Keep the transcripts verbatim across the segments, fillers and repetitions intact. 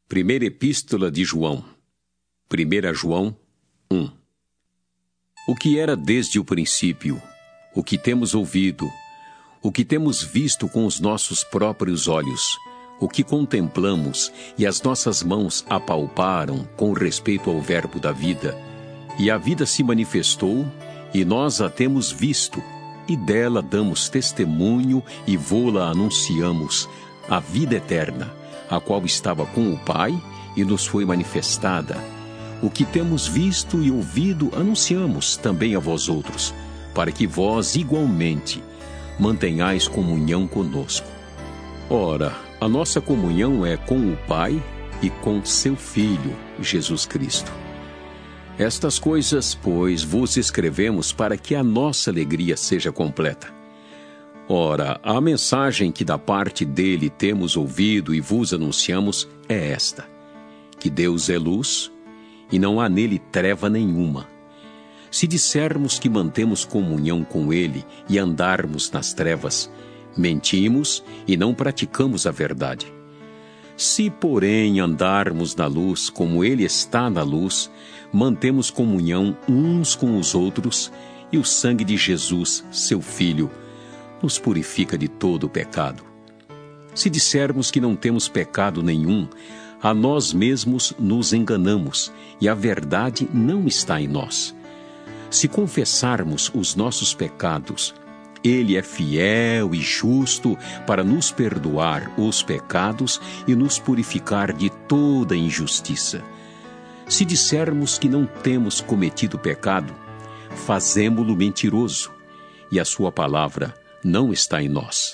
Primeira Epístola de João. primeira João um. O que era desde o princípio, o que temos ouvido, o que temos visto com os nossos próprios olhos, o que contemplamos e as nossas mãos apalparam com respeito ao verbo da vida, e a vida se manifestou, e nós a temos visto, e dela damos testemunho e vô-la anunciamos, a vida eterna, a qual estava com o Pai e nos foi manifestada. O que temos visto e ouvido anunciamos também a vós outros, para que vós igualmente mantenhais comunhão conosco. Ora, a nossa comunhão é com o Pai e com seu Filho, Jesus Cristo. Estas coisas, pois, vos escrevemos para que a nossa alegria seja completa. Ora, a mensagem que da parte dele temos ouvido e vos anunciamos é esta: que Deus é luz e não há nele treva nenhuma. Se dissermos que mantemos comunhão com ele e andarmos nas trevas, mentimos e não praticamos a verdade. Se, porém, andarmos na luz como ele está na luz, mantemos comunhão uns com os outros, e o sangue de Jesus, seu Filho, nos purifica de todo o pecado. Se dissermos que não temos pecado nenhum, a nós mesmos nos enganamos, e a verdade não está em nós. Se confessarmos os nossos pecados, ele é fiel e justo para nos perdoar os pecados e nos purificar de toda injustiça. Se dissermos que não temos cometido pecado, fazemo-lo mentiroso, e a sua palavra não está em nós.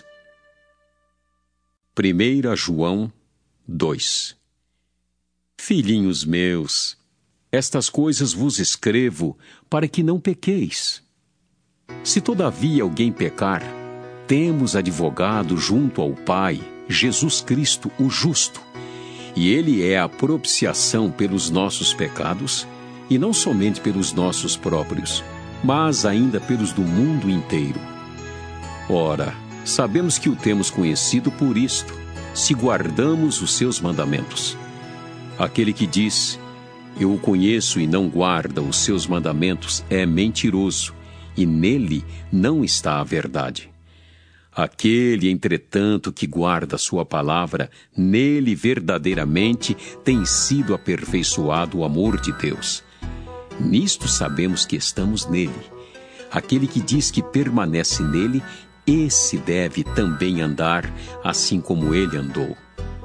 primeira João dois. Filhinhos meus, estas coisas vos escrevo para que não pequeis. Se todavia alguém pecar, temos advogado junto ao Pai, Jesus Cristo, o justo, e ele é a propiciação pelos nossos pecados, e não somente pelos nossos próprios, mas ainda pelos do mundo inteiro. Ora, sabemos que o temos conhecido por isto, se guardamos os seus mandamentos. Aquele que diz, eu o conheço e não guarda os seus mandamentos, é mentiroso, e nele não está a verdade. Aquele, entretanto, que guarda a sua palavra, nele verdadeiramente tem sido aperfeiçoado o amor de Deus. Nisto sabemos que estamos nele. Aquele que diz que permanece nele, esse deve também andar assim como ele andou.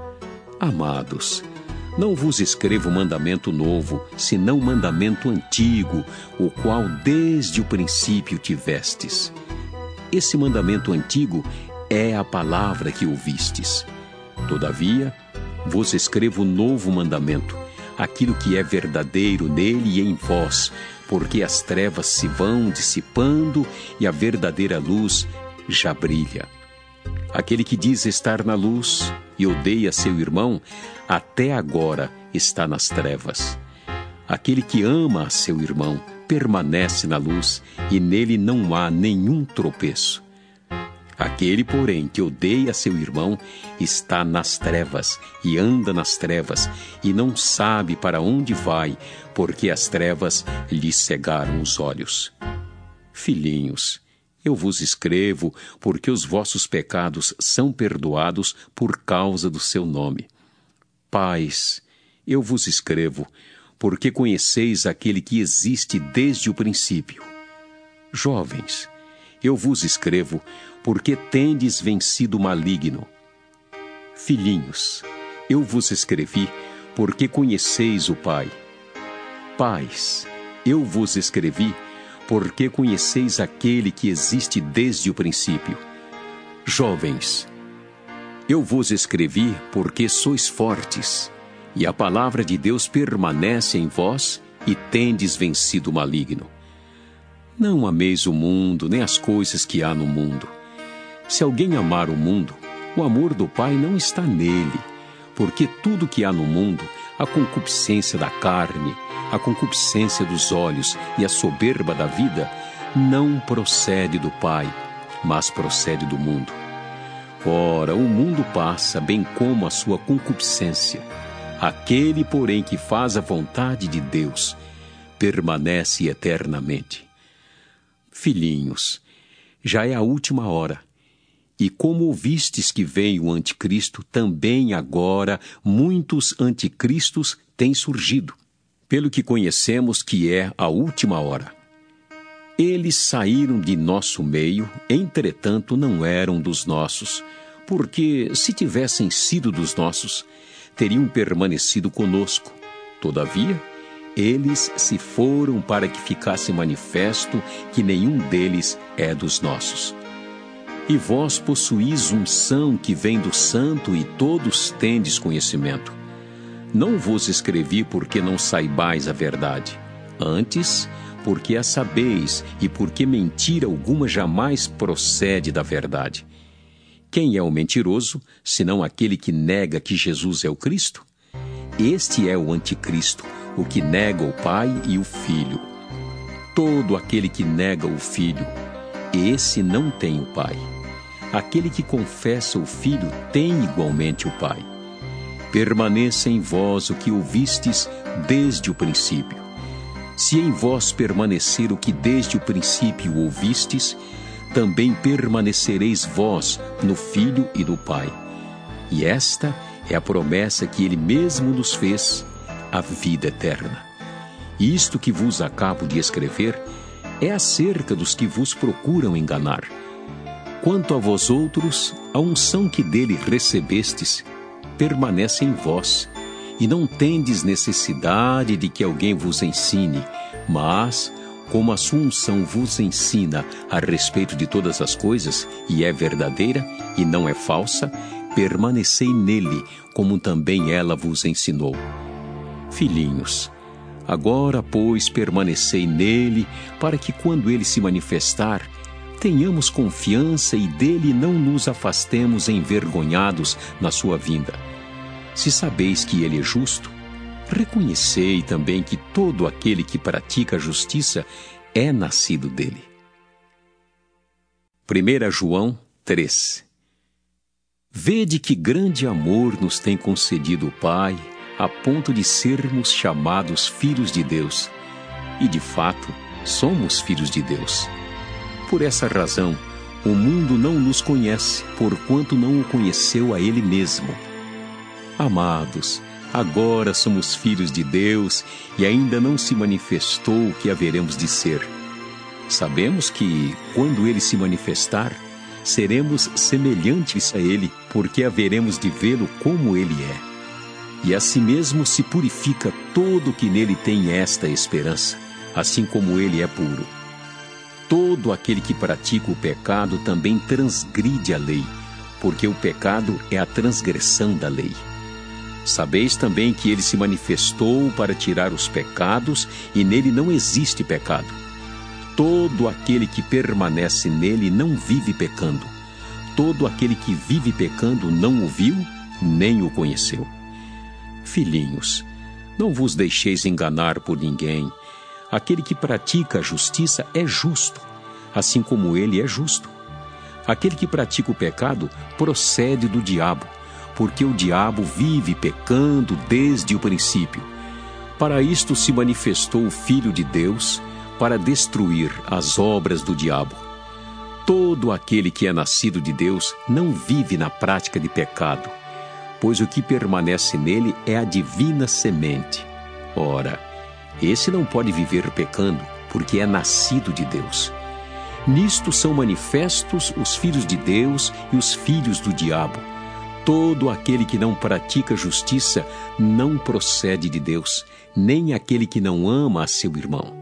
Amados, não vos escrevo mandamento novo, senão mandamento antigo, o qual desde o princípio tivestes. Esse mandamento antigo é a palavra que ouvistes. Todavia, vos escrevo novo mandamento, aquilo que é verdadeiro nele e em vós, porque as trevas se vão dissipando e a verdadeira luz já brilha. Aquele que diz estar na luz e odeia seu irmão, até agora está nas trevas. Aquele que ama a seu irmão permanece na luz e nele não há nenhum tropeço. Aquele, porém, que odeia seu irmão está nas trevas e anda nas trevas e não sabe para onde vai, porque as trevas lhe cegaram os olhos. Filhinhos, eu vos escrevo porque os vossos pecados são perdoados por causa do seu nome. Pais, eu vos escrevo porque conheceis aquele que existe desde o princípio. Jovens, eu vos escrevo porque tendes vencido o maligno. Filhinhos, eu vos escrevi porque conheceis o Pai. Pais, eu vos escrevi porque conheceis aquele que existe desde o princípio. Jovens, eu vos escrevi porque sois fortes, e a palavra de Deus permanece em vós, e tendes vencido o maligno. Não ameis o mundo, nem as coisas que há no mundo. Se alguém amar o mundo, o amor do Pai não está nele, porque tudo que há no mundo, a concupiscência da carne, a concupiscência dos olhos e a soberba da vida, não procede do Pai, mas procede do mundo. Ora, o mundo passa, bem como a sua concupiscência. Aquele, porém, que faz a vontade de Deus, permanece eternamente. Filhinhos, já é a última hora. E como ouvistes que vem o anticristo, também agora muitos anticristos têm surgido, pelo que conhecemos que é a última hora. Eles saíram de nosso meio, entretanto não eram dos nossos, porque se tivessem sido dos nossos, teriam permanecido conosco. Todavia, eles se foram para que ficasse manifesto que nenhum deles é dos nossos. E vós possuís unção que vem do Santo e todos tendes conhecimento. Não vos escrevi porque não saibais a verdade, antes porque a sabeis e porque mentira alguma jamais procede da verdade. Quem é o mentiroso, senão aquele que nega que Jesus é o Cristo? Este é o anticristo, o que nega o Pai e o Filho. Todo aquele que nega o Filho, esse não tem o Pai. Aquele que confessa o Filho tem igualmente o Pai. Permaneça em vós o que ouvistes desde o princípio. Se em vós permanecer o que desde o princípio ouvistes, também permanecereis vós no Filho e no Pai. E esta é a promessa que Ele mesmo nos fez, a vida eterna. E isto que vos acabo de escrever é acerca dos que vos procuram enganar. Quanto a vós outros, a unção que dele recebestes permanece em vós, e não tendes necessidade de que alguém vos ensine, mas, como a sua unção vos ensina a respeito de todas as coisas, e é verdadeira e não é falsa, permanecei nele, como também ela vos ensinou. Filhinhos, agora, pois, permanecei nele, para que quando ele se manifestar, tenhamos confiança e dele não nos afastemos envergonhados na sua vinda. Se sabeis que ele é justo, reconhecei também que todo aquele que pratica a justiça é nascido dele. primeira João três. Vede que grande amor nos tem concedido o Pai, a ponto de sermos chamados filhos de Deus. E de fato, somos filhos de Deus. Por essa razão, o mundo não nos conhece, porquanto não o conheceu a Ele mesmo. Amados, agora somos filhos de Deus e ainda não se manifestou o que haveremos de ser. Sabemos que, quando Ele se manifestar, seremos semelhantes a Ele, porque haveremos de vê-lo como Ele é. E assim mesmo se purifica todo o que nele tem esta esperança, assim como Ele é puro. Todo aquele que pratica o pecado também transgride a lei, porque o pecado é a transgressão da lei. Sabeis também que ele se manifestou para tirar os pecados, e nele não existe pecado. Todo aquele que permanece nele não vive pecando. Todo aquele que vive pecando não o viu, nem o conheceu. Filhinhos, não vos deixeis enganar por ninguém. Aquele que pratica a justiça é justo, assim como ele é justo. Aquele que pratica o pecado procede do diabo, porque o diabo vive pecando desde o princípio. Para isto se manifestou o Filho de Deus, para destruir as obras do diabo. Todo aquele que é nascido de Deus não vive na prática de pecado, pois o que permanece nele é a divina semente. Ora, esse não pode viver pecando, porque é nascido de Deus. Nisto são manifestos os filhos de Deus e os filhos do diabo. Todo aquele que não pratica justiça não procede de Deus, nem aquele que não ama a seu irmão.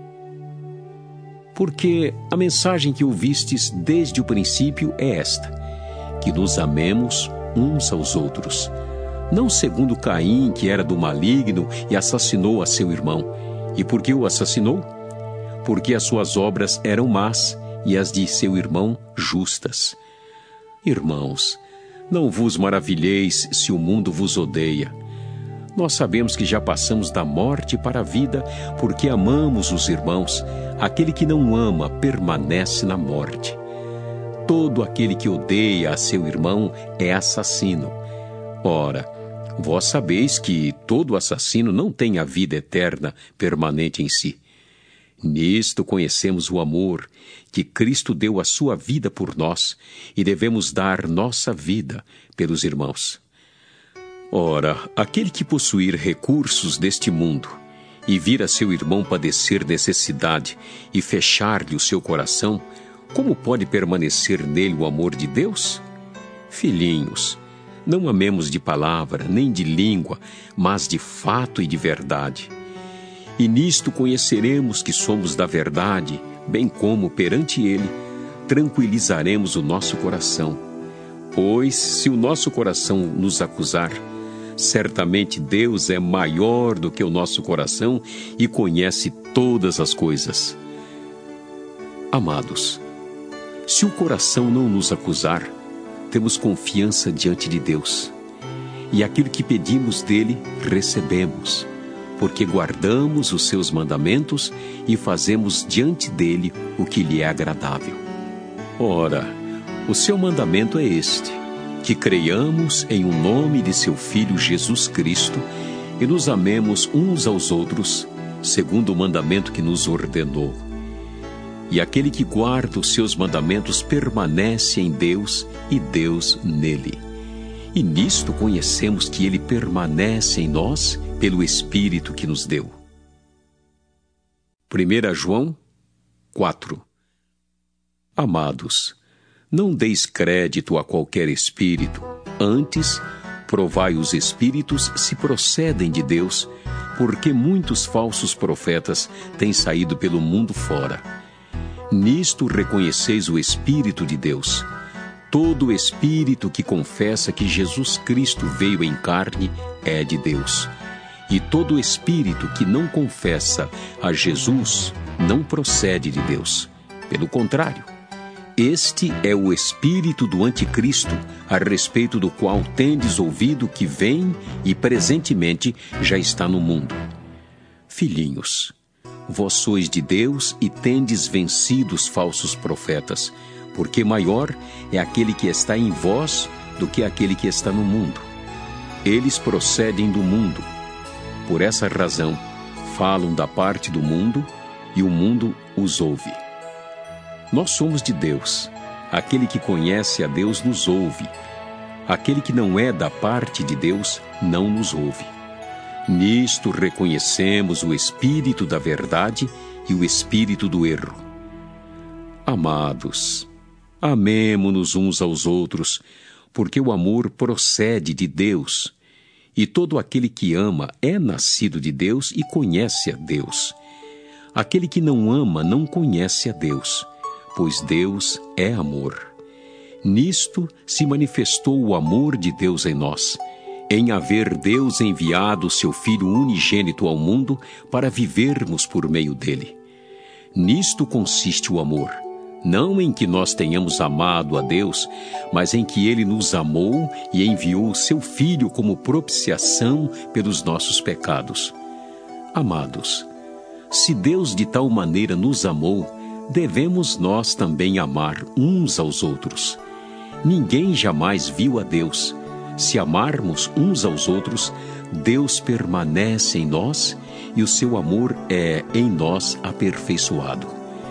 Porque a mensagem que ouvistes desde o princípio é esta: que nos amemos uns aos outros. Não segundo Caim, que era do maligno e assassinou a seu irmão. E por que o assassinou? Porque as suas obras eram más e as de seu irmão justas. Irmãos, não vos maravilheis se o mundo vos odeia. Nós sabemos que já passamos da morte para a vida, porque amamos os irmãos. Aquele que não ama permanece na morte. Todo aquele que odeia a seu irmão é assassino. Ora, Vós sabeis que todo assassino não tem a vida eterna permanente em si. Nisto conhecemos o amor, que Cristo deu a sua vida por nós, e devemos dar nossa vida pelos irmãos. Ora, aquele que possuir recursos deste mundo, e vir a seu irmão padecer necessidade, e fechar-lhe o seu coração, como pode permanecer nele o amor de Deus? Filhinhos, não amemos de palavra, nem de língua, mas de fato e de verdade. E nisto conheceremos que somos da verdade, bem como, perante Ele, tranquilizaremos o nosso coração. Pois, se o nosso coração nos acusar, certamente Deus é maior do que o nosso coração e conhece todas as coisas. Amados, se o coração não nos acusar, temos confiança diante de Deus, e aquilo que pedimos dele, recebemos, porque guardamos os seus mandamentos e fazemos diante dele o que lhe é agradável. Ora, o seu mandamento é este, que creiamos em o nome de seu Filho Jesus Cristo e nos amemos uns aos outros, segundo o mandamento que nos ordenou. E aquele que guarda os seus mandamentos permanece em Deus e Deus nele. E nisto conhecemos que ele permanece em nós pelo Espírito que nos deu. primeira João quatro. Amados, não deis crédito a qualquer espírito, antes, provai os espíritos se procedem de Deus, porque muitos falsos profetas têm saído pelo mundo fora. Nisto reconheceis o Espírito de Deus. Todo espírito que confessa que Jesus Cristo veio em carne é de Deus. E todo espírito que não confessa a Jesus não procede de Deus. Pelo contrário, este é o espírito do anticristo, a respeito do qual tendes ouvido que vem e presentemente já está no mundo. Filhinhos, vós sois de Deus e tendes vencido os falsos profetas, porque maior é aquele que está em vós do que aquele que está no mundo. Eles procedem do mundo. Por essa razão, falam da parte do mundo e o mundo os ouve. Nós somos de Deus. Aquele que conhece a Deus nos ouve. Aquele que não é da parte de Deus não nos ouve. Nisto reconhecemos o espírito da verdade e o espírito do erro. Amados, amemo-nos uns aos outros, porque o amor procede de Deus, e todo aquele que ama é nascido de Deus e conhece a Deus. Aquele que não ama não conhece a Deus, pois Deus é amor. Nisto se manifestou o amor de Deus em nós, em haver Deus enviado o seu Filho unigênito ao mundo para vivermos por meio dele. Nisto consiste o amor, não em que nós tenhamos amado a Deus, mas em que ele nos amou e enviou o seu Filho como propiciação pelos nossos pecados. Amados, se Deus de tal maneira nos amou, devemos nós também amar uns aos outros. Ninguém jamais viu a Deus. Se amarmos uns aos outros, Deus permanece em nós e o seu amor é em nós aperfeiçoado.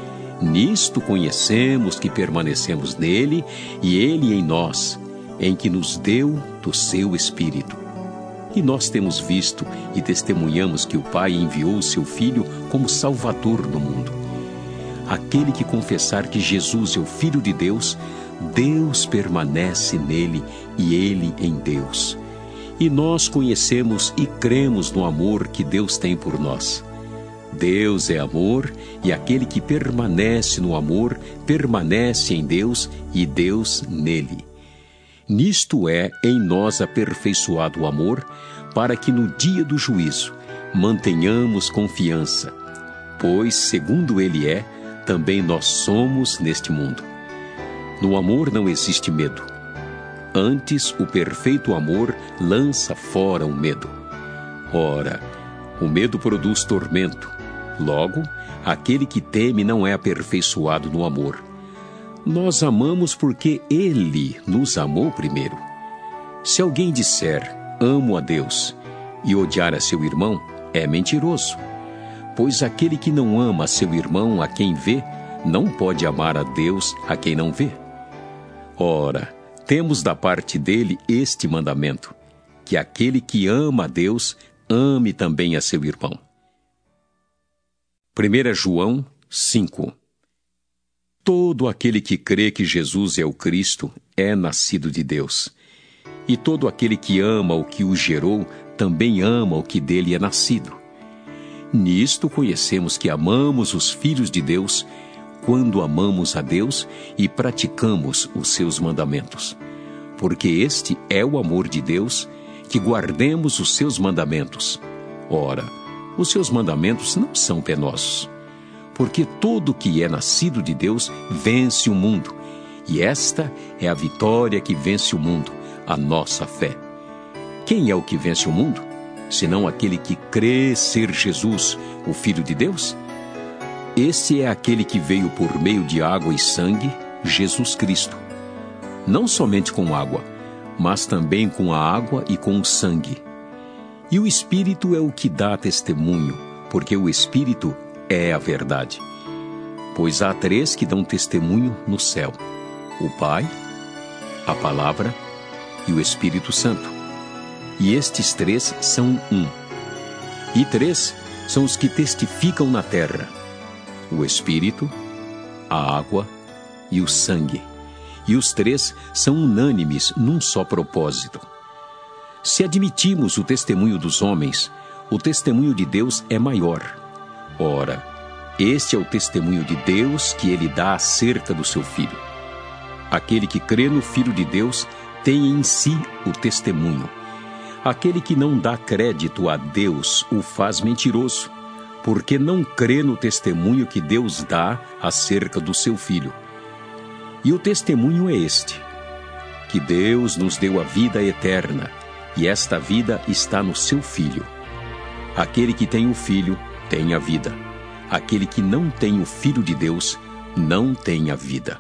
Nisto conhecemos que permanecemos nele e ele em nós, em que nos deu do seu Espírito. E nós temos visto e testemunhamos que o Pai enviou o seu Filho como Salvador do mundo. Aquele que confessar que Jesus é o Filho de Deus, Deus permanece nele e ele em Deus. E nós conhecemos e cremos no amor que Deus tem por nós. Deus é amor, e aquele que permanece no amor, permanece em Deus e Deus nele. Nisto é em nós aperfeiçoado o amor, para que no dia do juízo mantenhamos confiança, pois, segundo ele é, também nós somos neste mundo. No amor não existe medo. Antes, o perfeito amor lança fora o medo. Ora, o medo produz tormento. Logo, aquele que teme não é aperfeiçoado no amor. Nós amamos porque ele nos amou primeiro. Se alguém disser, amo a Deus, e odiar a seu irmão é mentiroso. Pois aquele que não ama a seu irmão a quem vê, não pode amar a Deus a quem não vê. Ora, temos da parte dele este mandamento, que aquele que ama a Deus, ame também a seu irmão. primeira João cinco. Todo aquele que crê que Jesus é o Cristo é nascido de Deus. E todo aquele que ama o que o gerou, também ama o que dele é nascido. Nisto conhecemos que amamos os filhos de Deus, quando amamos a Deus e praticamos os seus mandamentos. Porque este é o amor de Deus, que guardemos os seus mandamentos. Ora, os seus mandamentos não são penosos. Porque todo que é nascido de Deus vence o mundo. E esta é a vitória que vence o mundo, a nossa fé. Quem é o que vence o mundo? Senão aquele que crê ser Jesus, o Filho de Deus? Este é aquele que veio por meio de água e sangue, Jesus Cristo. Não somente com água, mas também com a água e com o sangue. E o Espírito é o que dá testemunho, porque o Espírito é a verdade. Pois há três que dão testemunho no céu: o Pai, a Palavra e o Espírito Santo. E estes três são um. E três são os que testificam na terra: o Espírito, a água e o sangue. E os três são unânimes num só propósito. Se admitimos o testemunho dos homens, o testemunho de Deus é maior. Ora, este é o testemunho de Deus que ele dá acerca do seu Filho. Aquele que crê no Filho de Deus tem em si o testemunho. Aquele que não dá crédito a Deus o faz mentiroso, porque não crê no testemunho que Deus dá acerca do seu Filho. E o testemunho é este: que Deus nos deu a vida eterna, e esta vida está no seu Filho. Aquele que tem o Filho tem a vida. Aquele que não tem o Filho de Deus não tem a vida.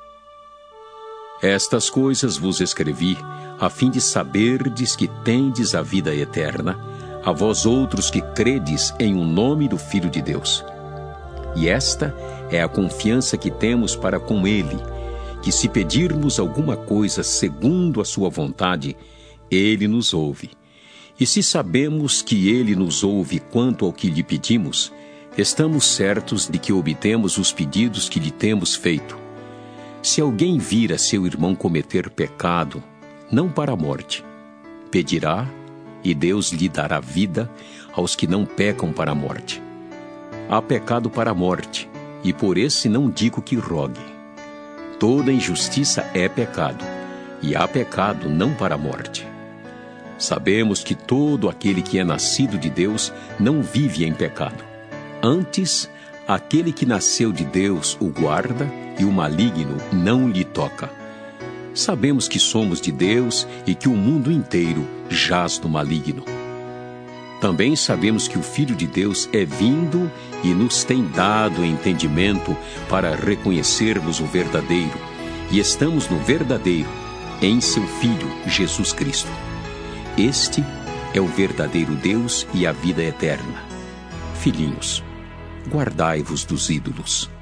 Estas coisas vos escrevi, a fim de saberdes que tendes a vida eterna, a vós outros que credes em o nome do Filho de Deus. E esta é a confiança que temos para com Ele, que se pedirmos alguma coisa segundo a sua vontade, Ele nos ouve. E se sabemos que Ele nos ouve quanto ao que lhe pedimos, estamos certos de que obtemos os pedidos que lhe temos feito. Se alguém vir a seu irmão cometer pecado, não para a morte, pedirá, e Deus lhe dará vida aos que não pecam para a morte. Há pecado para a morte, e por esse não digo que rogue. Toda injustiça é pecado, e há pecado não para a morte. Sabemos que todo aquele que é nascido de Deus não vive em pecado. Antes, aquele que nasceu de Deus o guarda, e o maligno não lhe toca. Sabemos que somos de Deus e que o mundo inteiro jaz no maligno. Também sabemos que o Filho de Deus é vindo e nos tem dado entendimento para reconhecermos o verdadeiro, e estamos no verdadeiro, em seu Filho, Jesus Cristo. Este é o verdadeiro Deus e a vida eterna. Filhinhos, guardai-vos dos ídolos.